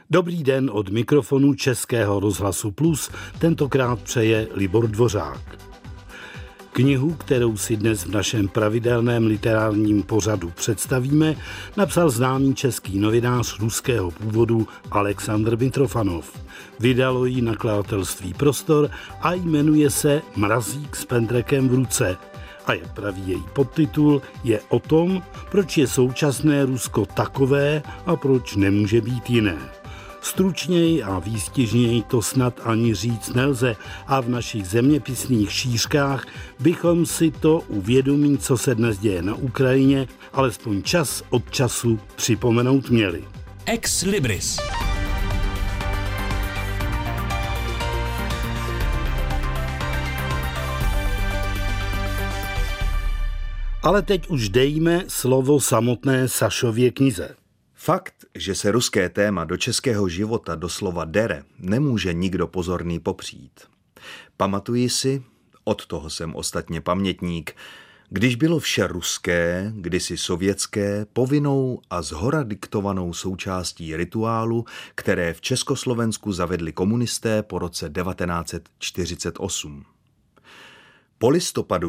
Dobrý den od mikrofonu Českého rozhlasu Plus, tentokrát přeje Libor Dvořák. Knihu, kterou si dnes v našem pravidelném literárním pořadu představíme, napsal známý český novinář ruského původu Alexandr Mitrofanov. Vydalo ji nakladatelství Prostor a jmenuje se Mrazík s pendrekem v ruce. A jak praví její podtitul, je o tom, proč je současné Rusko takové a proč nemůže být jiné. Stručněji a výstižněji to snad ani říct nelze a v našich zeměpisných šířkách bychom si to uvědomí, co se dnes děje na Ukrajině, alespoň čas od času připomenout měli. Ex Libris. Ale teď už dejme slovo samotné Sašově knize. Fakt, že se ruské téma do českého života doslova dere, nemůže nikdo pozorný popřít. Pamatuji si, od toho jsem ostatně pamětník, když bylo vše ruské, kdysi sovětské, povinnou a zhora diktovanou součástí rituálu, které v Československu zavedli komunisté po roce 1948. Po listopadu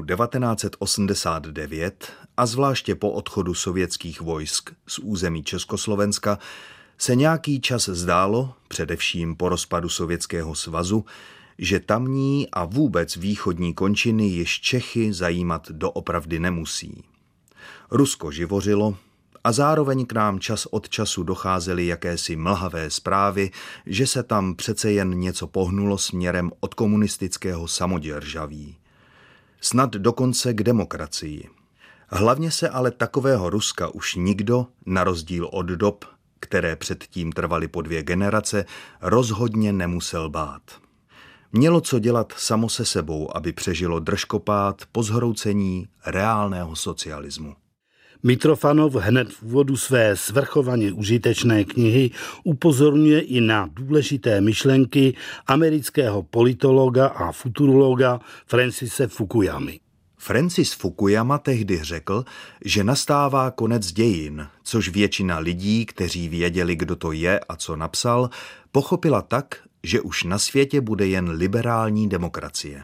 1989 a zvláště po odchodu sovětských vojsk z území Československa se nějaký čas zdálo, především po rozpadu Sovětského svazu, že tamní a vůbec východní končiny již Čechy zajímat doopravdy nemusí. Rusko živořilo a zároveň k nám čas od času docházely jakési mlhavé zprávy, že se tam přece jen něco pohnulo směrem od komunistického samoděržaví. Snad dokonce k demokracii. Hlavně se ale takového Ruska už nikdo, na rozdíl od dob, které předtím trvaly po 2 generace, rozhodně nemusel bát. Mělo co dělat samo se sebou, aby přežilo držkopád po zhroucení reálného socialismu. Mitrofanov hned v úvodu své svrchovaně užitečné knihy upozorňuje i na důležité myšlenky amerického politologa a futurologa Francise Fukuyamy. Francis Fukuyama tehdy řekl, že nastává konec dějin, což většina lidí, kteří věděli, kdo to je a co napsal, pochopila tak, že už na světě bude jen liberální demokracie.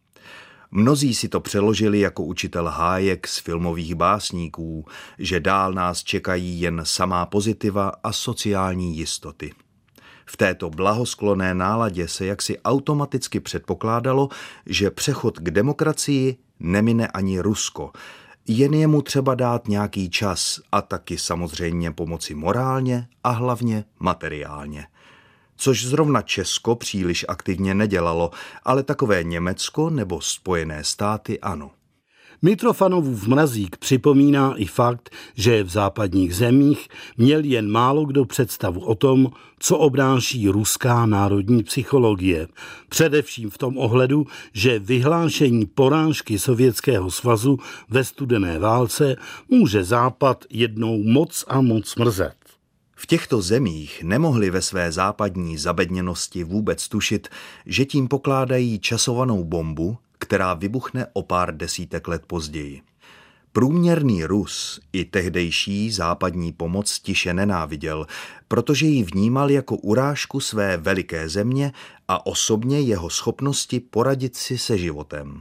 Mnozí si to přeložili jako učitel Hájek z filmových básníků, že dál nás čekají jen samá pozitiva a sociální jistoty. V této blahosklonné náladě se jaksi automaticky předpokládalo, že přechod k demokracii nemine ani Rusko, jen je mu třeba dát nějaký čas a taky samozřejmě pomoci morálně a hlavně materiálně. Což zrovna Česko příliš aktivně nedělalo, ale takové Německo nebo Spojené státy ano. Mitrofanovův Mrazík připomíná i fakt, že v západních zemích měl jen málo kdo představu o tom, co obnáší ruská národní psychologie. Především v tom ohledu, že vyhlášení porážky Sovětského svazu ve studené válce může Západ jednou moc a moc mrzet. V těchto zemích nemohli ve své západní zabedněnosti vůbec tušit, že tím pokládají časovanou bombu, která vybuchne o pár desítek let později. Průměrný Rus i tehdejší západní pomoc tiše nenáviděl, protože ji vnímal jako urážku své veliké země a osobně jeho schopnosti poradit si se životem.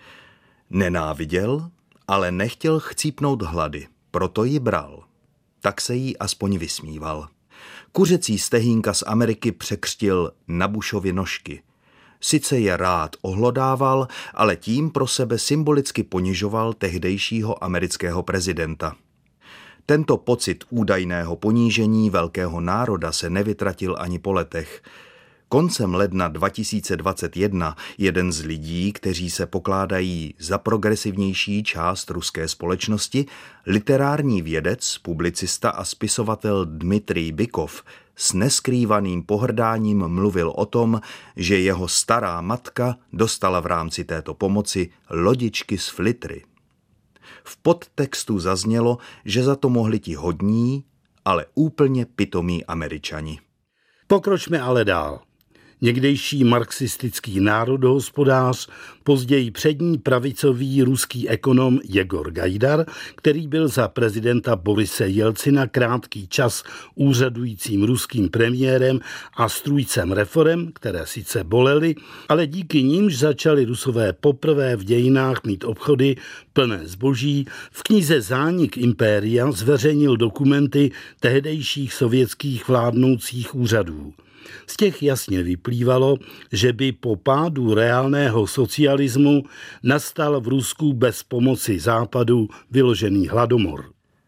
Nenáviděl, ale nechtěl chcípnout hlady, proto ji bral. Tak se jí aspoň vysmíval. Kuřecí stehínka z Ameriky překřtil na Bushovy nožky. Sice je rád ohlodával, ale tím pro sebe symbolicky ponižoval tehdejšího amerického prezidenta. Tento pocit údajného ponížení velkého národa se nevytratil ani po letech. Koncem ledna 2021 jeden z lidí, kteří se pokládají za progresivnější část ruské společnosti, literární vědec, publicista a spisovatel Dmitrij Bykov s neskrývaným pohrdáním mluvil o tom, že jeho stará matka dostala v rámci této pomoci lodičky z flitry. V podtextu zaznělo, že za to mohli ti hodní, ale úplně pitomí Američani. Pokročme ale dál. Někdejší marxistický národohospodář, později přední pravicový ruský ekonom Jegor Gajdar, který byl za prezidenta Borise Jelcina krátký čas úřadujícím ruským premiérem a strůjcem reforem, které sice bolely, ale díky nímž začali Rusové poprvé v dějinách mít obchody plné zboží, v knize Zánik impéria zveřejnil dokumenty tehdejších sovětských vládnoucích úřadů. Z těch jasně vyplývalo, že by po pádu reálného socialismu nastal v Rusku bez pomoci Západu vyložený hladomor.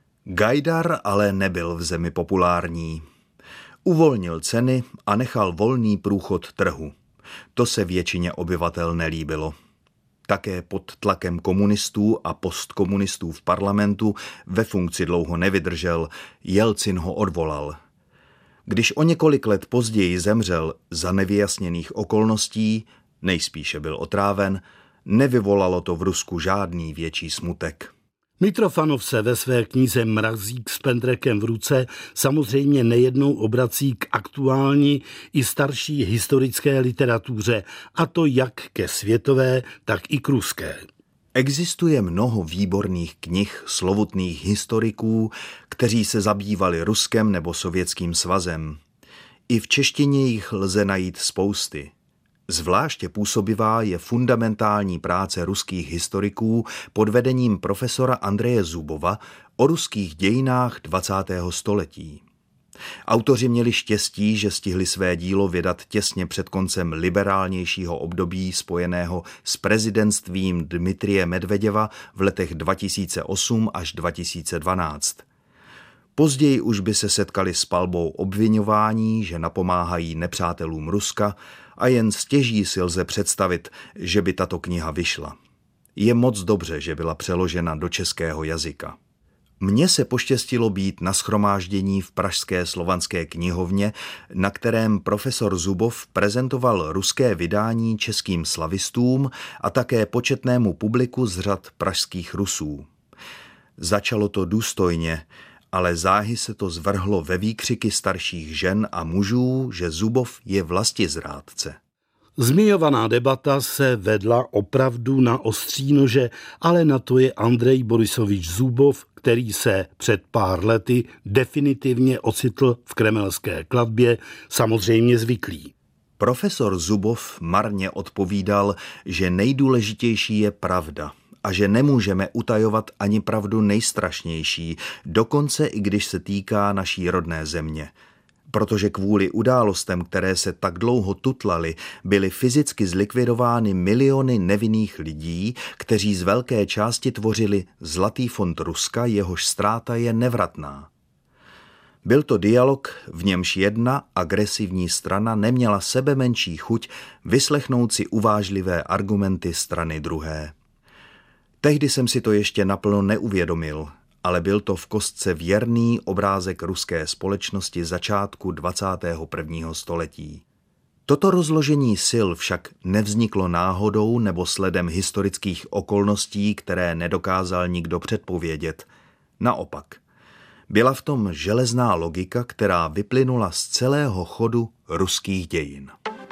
Gajdar ale nebyl v zemi populární. Uvolnil ceny a nechal volný průchod trhu. To se většině obyvatel nelíbilo. Také pod tlakem komunistů a postkomunistů v parlamentu ve funkci dlouho nevydržel, Jelcin ho odvolal. Když o několik let později zemřel za nevyjasněných okolností, nejspíše byl otráven, nevyvolalo to v Rusku žádný větší smutek. Mitrofanov se ve své knize Mrazík s pendrekem v ruce samozřejmě nejednou obrací k aktuální i starší historické literatuře, a to jak ke světové, tak i k ruské. Existuje mnoho výborných knih slovutných historiků, kteří se zabývali Ruskem nebo Sovětským svazem. I v češtině jich lze najít spousty. Zvláště působivá je fundamentální práce ruských historiků pod vedením profesora Andreje Zubova o ruských dějinách 20. století. Autoři měli štěstí, že stihli své dílo vydat těsně před koncem liberálnějšího období spojeného s prezidentstvím Dmitrije Medveděva v letech 2008 až 2012. Později už by se setkali s palbou obviňování, že napomáhají nepřátelům Ruska, a jen stěží si lze představit, že by tato kniha vyšla. Je moc dobře, že byla přeložena do českého jazyka. Mně se poštěstilo být na shromáždění v pražské Slovanské knihovně, na kterém profesor Zubov prezentoval ruské vydání českým slavistům a také početnému publiku z řad pražských Rusů. Začalo to důstojně, ale záhy se to zvrhlo ve výkřiky starších žen a mužů, že Zubov je vlastizrádce. Zmiňovaná debata se vedla opravdu na ostří nože, ale na to je Andrej Borisovič Zubov, který se před pár lety definitivně ocitl v kremelské klatbě, samozřejmě zvyklý. Profesor Zubov marně odpovídal, že nejdůležitější je pravda a že nemůžeme utajovat ani pravdu nejstrašnější, dokonce i když se týká naší rodné země. Protože kvůli událostem, které se tak dlouho tutlaly, byly fyzicky zlikvidovány miliony nevinných lidí, kteří z velké části tvořili zlatý fond Ruska, jehož ztráta je nevratná. Byl to dialog, v němž jedna agresivní strana neměla sebemenší chuť vyslechnout si uvážlivé argumenty strany druhé. Tehdy jsem si to ještě naplno neuvědomil, ale byl to v kostce věrný obrázek ruské společnosti začátku 21. století. Toto rozložení sil však nevzniklo náhodou nebo sledem historických okolností, které nedokázal nikdo předpovědět. Naopak, byla v tom železná logika, která vyplynula z celého chodu ruských dějin.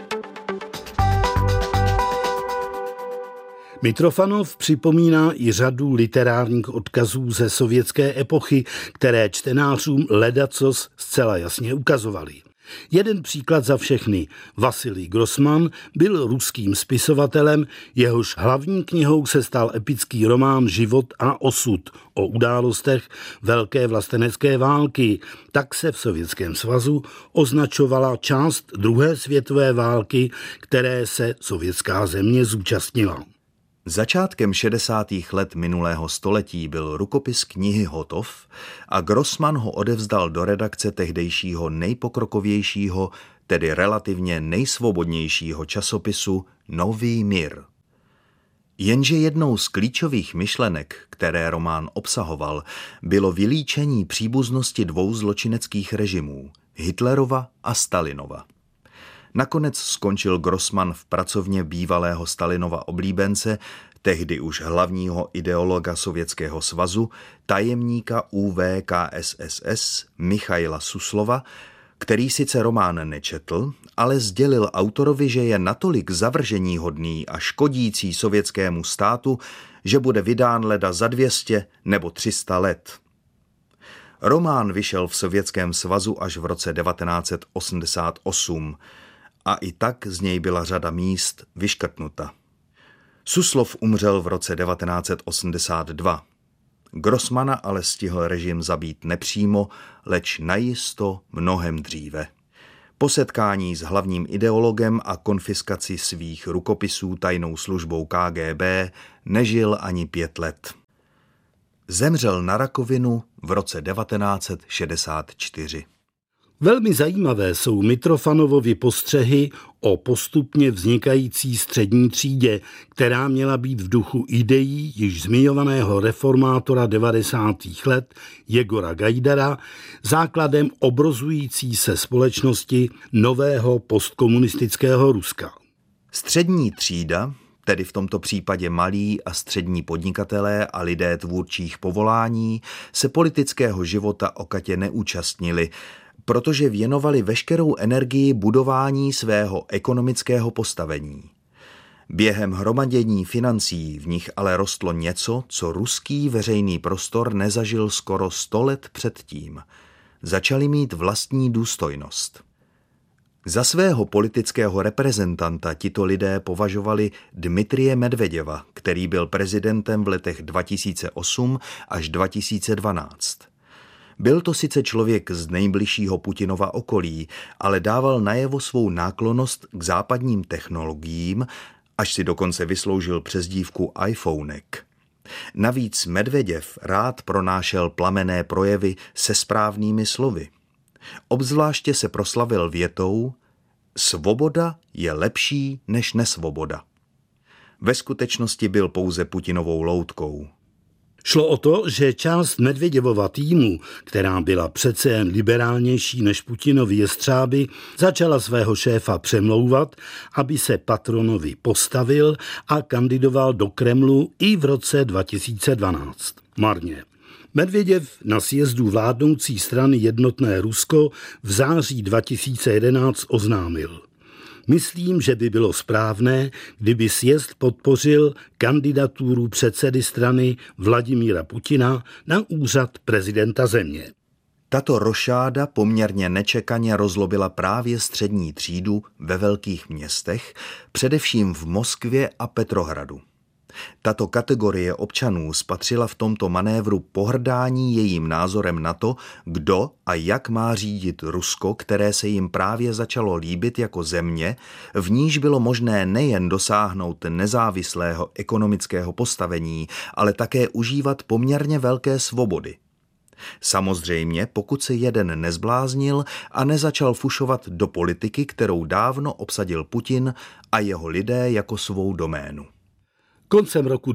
Mitrofanov připomíná i řadu literárních odkazů ze sovětské epochy, které čtenářům ledacos zcela jasně ukazovali. Jeden příklad za všechny. Vasilij Grossman byl ruským spisovatelem, jehož hlavní knihou se stal epický román Život a osud o událostech Velké vlastenecké války. Tak se v Sovětském svazu označovala část druhé světové války, které se sovětská země zúčastnila. Začátkem 60. let minulého století byl rukopis knihy hotov a Grossman ho odevzdal do redakce tehdejšího nejpokrokovějšího, tedy relativně nejsvobodnějšího časopisu Nový mír. Jenže jednou z klíčových myšlenek, které román obsahoval, bylo vylíčení příbuznosti dvou zločineckých režimů, Hitlerova a Stalinova. Nakonec skončil Grossman v pracovně bývalého Stalinova oblíbence, tehdy už hlavního ideologa Sovětského svazu, tajemníka UVKSSS Michaila Suslova, který sice román nečetl, ale sdělil autorovi, že je natolik zavrženíhodný a škodící sovětskému státu, že bude vydán leda za 200 nebo 300 let. Román vyšel v Sovětském svazu až v roce 1988 a i tak z něj byla řada míst vyškrtnuta. Suslov umřel v roce 1982. Grossmana ale stihl režim zabít nepřímo, leč najisto mnohem dříve. Po setkání s hlavním ideologem a konfiskaci svých rukopisů tajnou službou KGB nežil ani 5 let. Zemřel na rakovinu v roce 1964. Velmi zajímavé jsou Mitrofanovovy postřehy o postupně vznikající střední třídě, která měla být v duchu ideí již zmiňovaného reformátora 90. let Jegora Gajdara základem obrozující se společnosti nového postkomunistického Ruska. Střední třída, tedy v tomto případě malí a střední podnikatelé a lidé tvůrčích povolání, se politického života okatě neúčastnili, protože věnovali veškerou energii budování svého ekonomického postavení. Během hromadění financí v nich ale rostlo něco, co ruský veřejný prostor nezažil skoro 100 let předtím. Začali mít vlastní důstojnost. Za svého politického reprezentanta tito lidé považovali Dmitrije Medveděva, který byl prezidentem v letech 2008 až 2012. Byl to sice člověk z nejbližšího Putinova okolí, ale dával najevo svou náklonnost k západním technologiím, až si dokonce vysloužil přezdívku iPhonek. Navíc Medveděv rád pronášel plamenné projevy se správnými slovy. Obzvláště se proslavil větou: svoboda je lepší než nesvoboda. Ve skutečnosti byl pouze Putinovou loutkou. Šlo o to, že část Medvěděvova týmu, která byla přece jen liberálnější než Putinovi jestřáby, začala svého šéfa přemlouvat, aby se patronovi postavil a kandidoval do Kremlu i v roce 2012. Marně. Medvěděv na sjezdu vládnoucí strany Jednotné Rusko v září 2011 oznámil: myslím, že by bylo správné, kdyby sjezd podpořil kandidaturu předsedy strany Vladimíra Putina na úřad prezidenta země. Tato rošáda poměrně nečekaně rozlobila právě střední třídu ve velkých městech, především v Moskvě a Petrohradu. Tato kategorie občanů spatřila v tomto manévru pohrdání jejím názorem na to, kdo a jak má řídit Rusko, které se jim právě začalo líbit jako země, v níž bylo možné nejen dosáhnout nezávislého ekonomického postavení, ale také užívat poměrně velké svobody. Samozřejmě, pokud se jeden nezbláznil a nezačal fušovat do politiky, kterou dávno obsadil Putin a jeho lidé jako svou doménu. Koncem roku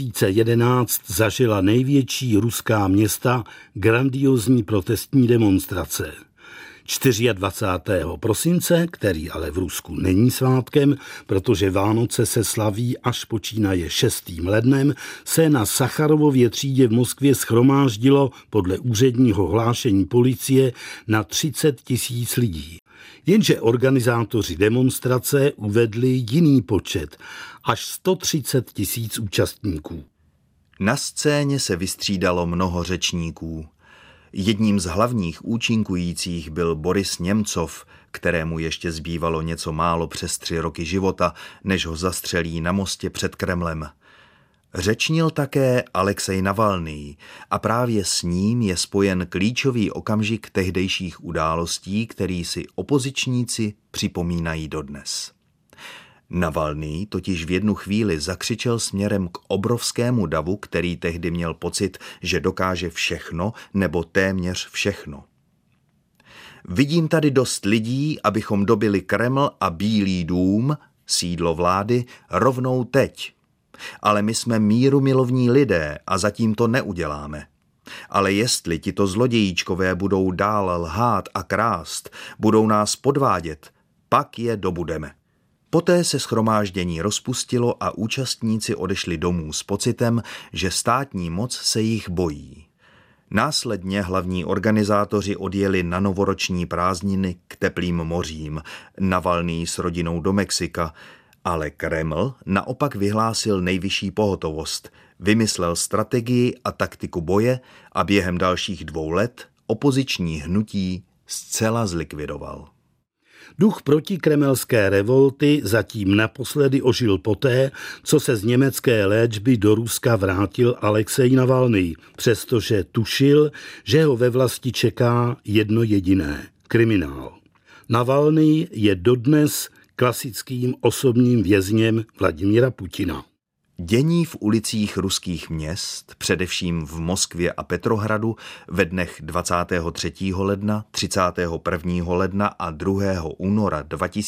2011 zažila největší ruská města grandiozní protestní demonstrace. 24. prosince, který ale v Rusku není svátkem, protože Vánoce se slaví až počínaje 6. lednem, se na Sacharovově třídě v Moskvě shromáždilo podle úředního hlášení policie na 30 000 lidí. Jenže organizátoři demonstrace uvedli jiný počet, až 130 000 účastníků. Na scéně se vystřídalo mnoho řečníků. Jedním z hlavních účinkujících byl Boris Němcov, kterému ještě zbývalo něco málo přes 3 roky života, než ho zastřelí na mostě před Kremlem. Řečnil také Alexej Navalný a právě s ním je spojen klíčový okamžik tehdejších událostí, který si opozičníci připomínají dodnes. Navalný totiž v jednu chvíli zakřičel směrem k obrovskému davu, který tehdy měl pocit, že dokáže všechno nebo téměř všechno. Vidím tady dost lidí, abychom dobili Kreml a Bílý dům, sídlo vlády, rovnou teď. Ale my jsme mírumilovní lidé a zatím to neuděláme. Ale jestli tito zlodějíčkové budou dál lhát a krást, budou nás podvádět, pak je dobudeme. Poté se shromáždění rozpustilo a účastníci odešli domů s pocitem, že státní moc se jich bojí. Následně hlavní organizátoři odjeli na novoroční prázdniny k teplým mořím, Navalný s rodinou do Mexika, ale Kreml naopak vyhlásil nejvyšší pohotovost, vymyslel strategii a taktiku boje a během dalších 2 let opoziční hnutí zcela zlikvidoval. Duch protikremelské revolty zatím naposledy ožil poté, co se z německé léčby do Ruska vrátil Alexej Navalný, přestože tušil, že ho ve vlasti čeká jedno jediné – kriminál. Navalný je dodnes klasickým osobním vězněm Vladimira Putina. Dění v ulicích ruských měst, především v Moskvě a Petrohradu, ve dnech 23. ledna, 31. ledna a 2. února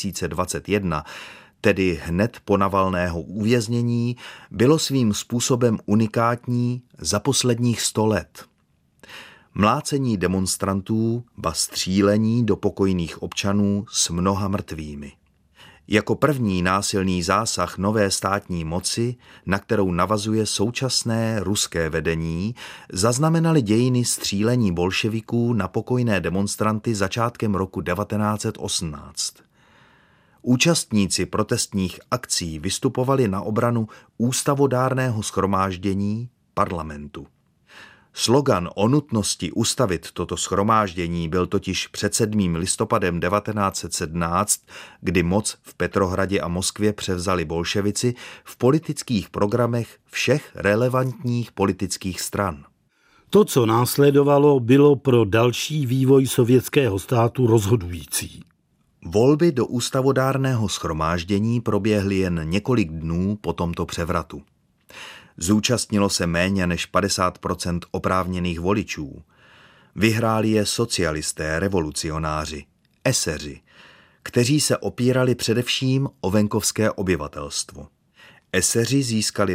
2021, tedy hned po Navalného uvěznění, bylo svým způsobem unikátní za posledních 100 let. Mlácení demonstrantů, ba střílení do pokojných občanů s mnoha mrtvými. Jako první násilný zásah nové státní moci, na kterou navazuje současné ruské vedení, zaznamenali dějiny střílení bolševiků na pokojné demonstranty začátkem roku 1918. Účastníci protestních akcí vystupovali na obranu ústavodárného shromáždění parlamentu. Slogan o nutnosti ustavit toto shromáždění byl totiž před 7. listopadem 1917, kdy moc v Petrohradě a Moskvě převzali bolševici, v politických programech všech relevantních politických stran. To, co následovalo, bylo pro další vývoj sovětského státu rozhodující. Volby do ústavodárného shromáždění proběhly jen několik dnů po tomto převratu. Zúčastnilo se méně než 50% oprávněných voličů. Vyhráli je socialisté, revolucionáři, eseři, kteří se opírali především o venkovské obyvatelstvo. Eseři získali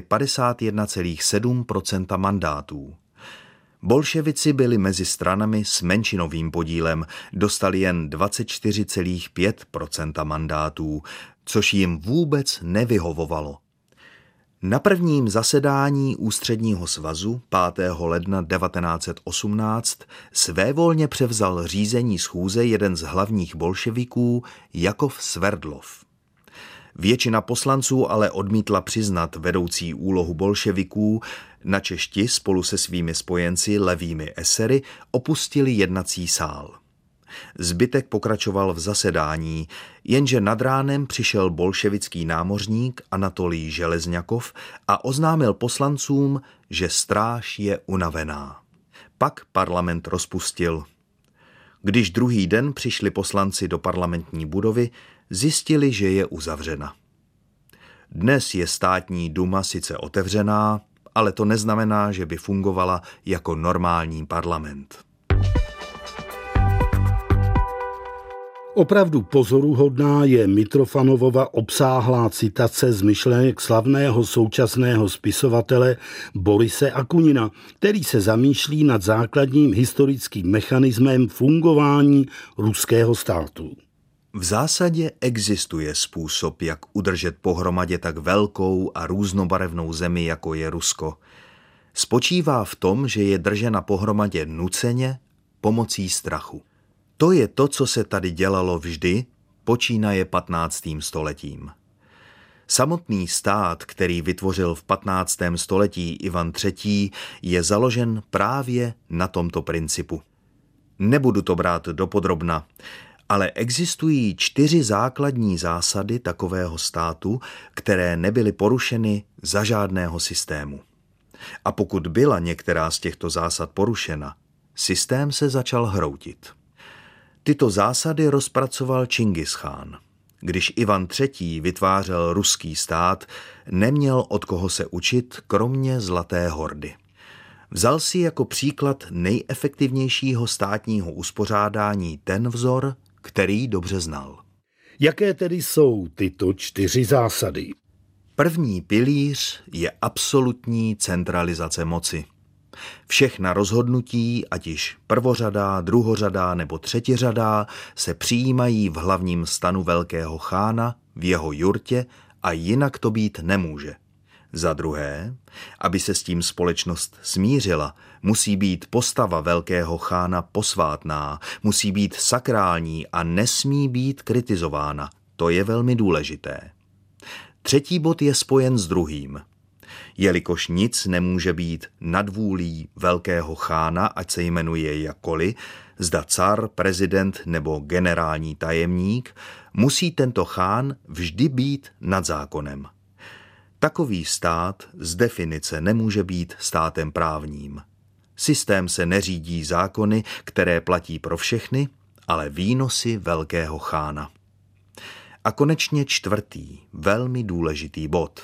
51,7% mandátů. Bolševici byli mezi stranami s menšinovým podílem, dostali jen 24,5% mandátů, což jim vůbec nevyhovovalo. Na prvním zasedání Ústředního svazu 5. ledna 1918 svévolně převzal řízení schůze jeden z hlavních bolševiků Jakov Sverdlov. Většina poslanců ale odmítla přiznat vedoucí úlohu bolševiků, načež ti spolu se svými spojenci levými esery opustili jednací sál. Zbytek pokračoval v zasedání, jenže nad ránem přišel bolševický námořník Anatolij Železňakov a oznámil poslancům, že stráž je unavená. Pak parlament rozpustil. Když druhý den přišli poslanci do parlamentní budovy, zjistili, že je uzavřena. Dnes je státní duma sice otevřená, ale to neznamená, že by fungovala jako normální parlament. Opravdu pozoruhodná je Mitrofanovova obsáhlá citace z myšlenek slavného současného spisovatele Borise Akunina, který se zamýšlí nad základním historickým mechanismem fungování ruského státu. V zásadě existuje způsob, jak udržet pohromadě tak velkou a různobarevnou zemi, jako je Rusko. Spočívá v tom, že je držena pohromadě nuceně pomocí strachu. To je to, co se tady dělalo vždy, počínaje 15. stoletím. Samotný stát, který vytvořil v 15. století Ivan III., je založen právě na tomto principu. Nebudu to brát dopodrobna, ale existují 4 základní zásady takového státu, které nebyly porušeny za žádného systému. A pokud byla některá z těchto zásad porušena, systém se začal hroutit. Tyto zásady rozpracoval Čingischán. Když Ivan III. Vytvářel ruský stát, neměl od koho se učit, kromě Zlaté hordy. Vzal si jako příklad nejefektivnějšího státního uspořádání ten vzor, který dobře znal. Jaké tedy jsou tyto 4 zásady? První pilíř je absolutní centralizace moci. Všechna rozhodnutí, ať již prvořadá, druhořadá nebo třetiřadá, se přijímají v hlavním stanu velkého chána, v jeho jurtě a jinak to být nemůže. Za druhé, aby se s tím společnost smířila, musí být postava velkého chána posvátná, musí být sakrální a nesmí být kritizována. To je velmi důležité. Třetí bod je spojen s druhým. Jelikož nic nemůže být nad vůlí velkého chána, ať se jmenuje jakkoliv, zda car, prezident nebo generální tajemník, musí tento chán vždy být nad zákonem. Takový stát z definice nemůže být státem právním. Systém se neřídí zákony, které platí pro všechny, ale výnosy velkého chána. A konečně čtvrtý, velmi důležitý bod.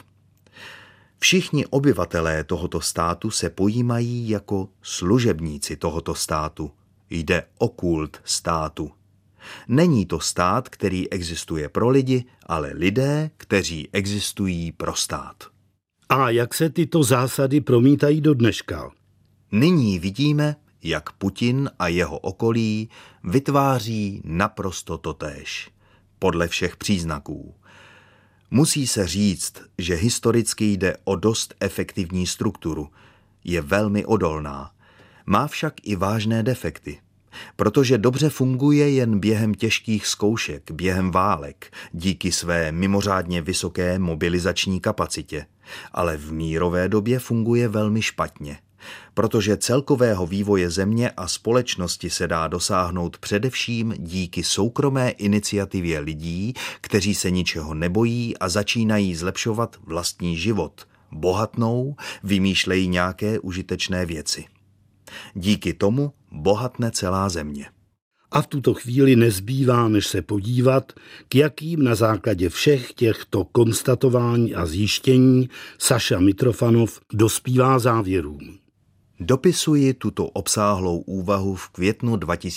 Všichni obyvatelé tohoto státu se pojímají jako služebníci tohoto státu. Jde o kult státu. Není to stát, který existuje pro lidi, ale lidé, kteří existují pro stát. A jak se tyto zásady promítají do dneška? Nyní vidíme, jak Putin a jeho okolí vytváří naprosto totéž. Podle všech příznaků. Musí se říct, že historicky jde o dost efektivní strukturu. Je velmi odolná. Má však i vážné defekty. Protože dobře funguje jen během těžkých zkoušek, během válek, díky své mimořádně vysoké mobilizační kapacitě. Ale v mírové době funguje velmi špatně. Protože celkového vývoje země a společnosti se dá dosáhnout především díky soukromé iniciativě lidí, kteří se ničeho nebojí a začínají zlepšovat vlastní život, bohatnou, vymýšlejí nějaké užitečné věci. Díky tomu bohatne celá země. A v tuto chvíli nezbývá, než se podívat, k jakým na základě všech těchto konstatování a zjištění Saša Mitrofanov dospívá závěrům. Dopisuji tuto obsáhlou úvahu v květnu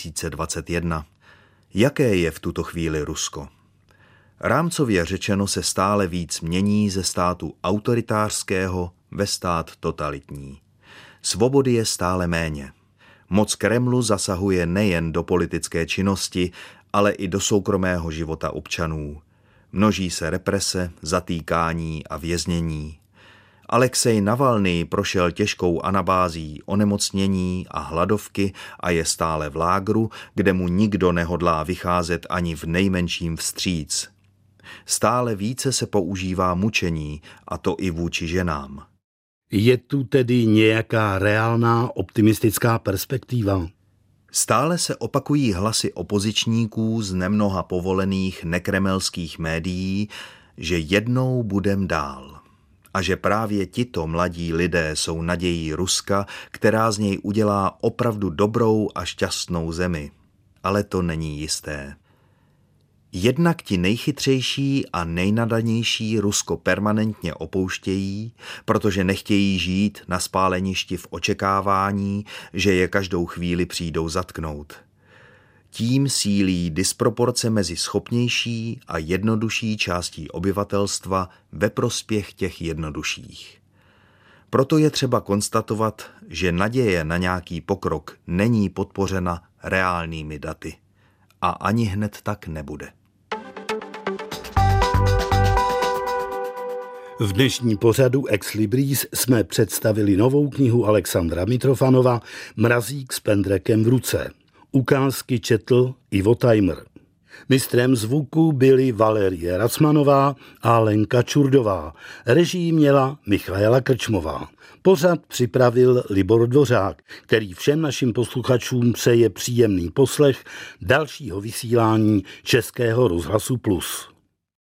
2021. Jaké je v tuto chvíli Rusko? Rámcově řečeno se stále víc mění ze státu autoritářského ve stát totalitní. Svobody je stále méně. Moc Kremlu zasahuje nejen do politické činnosti, ale i do soukromého života občanů. Množí se represe, zatýkání a věznění. Alexej Navalnyj prošel těžkou anabází onemocnění a hladovky a je stále v lágru, kde mu nikdo nehodlá vycházet ani v nejmenším vstříc. Stále více se používá mučení, a to i vůči ženám. Je tu tedy nějaká reálná optimistická perspektiva? Stále se opakují hlasy opozičníků z nemnoha povolených nekremelských médií, že jednou budem dál. A že právě tito mladí lidé jsou nadějí Ruska, která z něj udělá opravdu dobrou a šťastnou zemi. Ale to není jisté. Jednak ti nejchytřejší a nejnadanější Rusko permanentně opouštějí, protože nechtějí žít na spáleništi v očekávání, že je každou chvíli přijdou zatknout. Tím sílí disproporce mezi schopnější a jednodušší částí obyvatelstva ve prospěch těch jednodušších. Proto je třeba konstatovat, že naděje na nějaký pokrok není podpořena reálnými daty. A ani hned tak nebude. V dnešním pořadu Ex Libris jsme představili novou knihu Alexandra Mitrofanova Mrazík s pendrekem v ruce. Ukázky četl Ivo Tajmr. Mistrem zvuku byli Valerie Racmanová a Lenka Čurdová. Režii měla Michaela Krčmová. Pořad připravil Libor Dvořák, který všem našim posluchačům přeje příjemný poslech dalšího vysílání Českého rozhlasu Plus.